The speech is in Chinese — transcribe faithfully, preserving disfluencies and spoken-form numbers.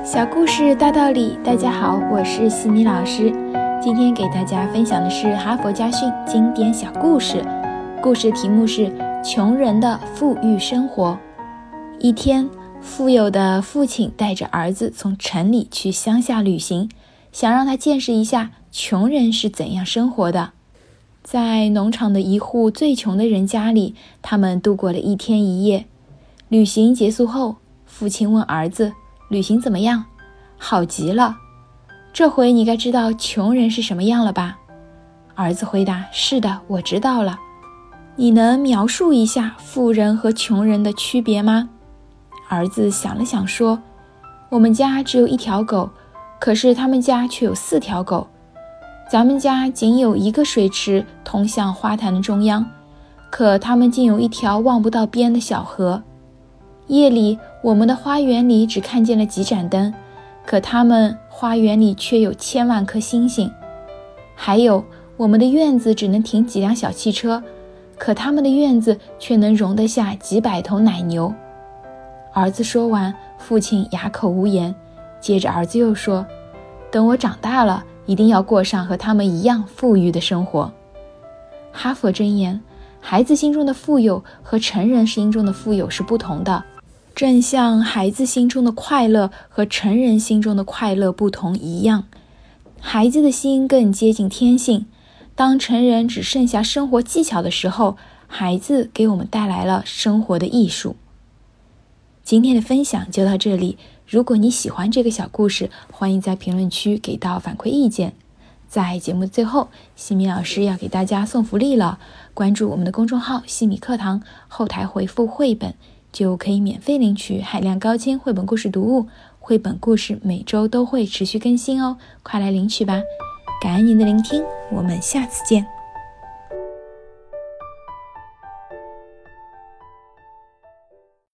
小故事大道理，大家好，我是西米老师。今天给大家分享的是哈佛家训经典小故事，故事题目是穷人的富裕生活。一天，富有的父亲带着儿子从城里去乡下旅行，想让他见识一下穷人是怎样生活的。在农场的一户最穷的人家里，他们度过了一天一夜。旅行结束后，父亲问儿子，旅行怎么样？好极了。这回你该知道穷人是什么样了吧？儿子回答，是的，我知道了。你能描述一下富人和穷人的区别吗？儿子想了想说，我们家只有一条狗，可是他们家却有四条狗。咱们家仅有一个水池通向花坛的中央，可他们竟有一条望不到边的小河。夜里，我们的花园里只看见了几盏灯，可他们花园里却有千万颗星星。还有，我们的院子只能停几辆小汽车，可他们的院子却能容得下几百头奶牛。儿子说完，父亲哑口无言。接着儿子又说，等我长大了，一定要过上和他们一样富裕的生活。哈佛箴言，孩子心中的富有和成人心中的富有是不同的，正像孩子心中的快乐和成人心中的快乐不同一样。孩子的心更接近天性，当成人只剩下生活技巧的时候，孩子给我们带来了生活的艺术。今天的分享就到这里，如果你喜欢这个小故事，欢迎在评论区给到反馈意见。在节目最后，西米老师要给大家送福利了，关注我们的公众号西米课堂，后台回复绘本就可以免费领取海量高清绘本故事读物，绘本故事每周都会持续更新哦，快来领取吧。感恩您的聆听，我们下次见。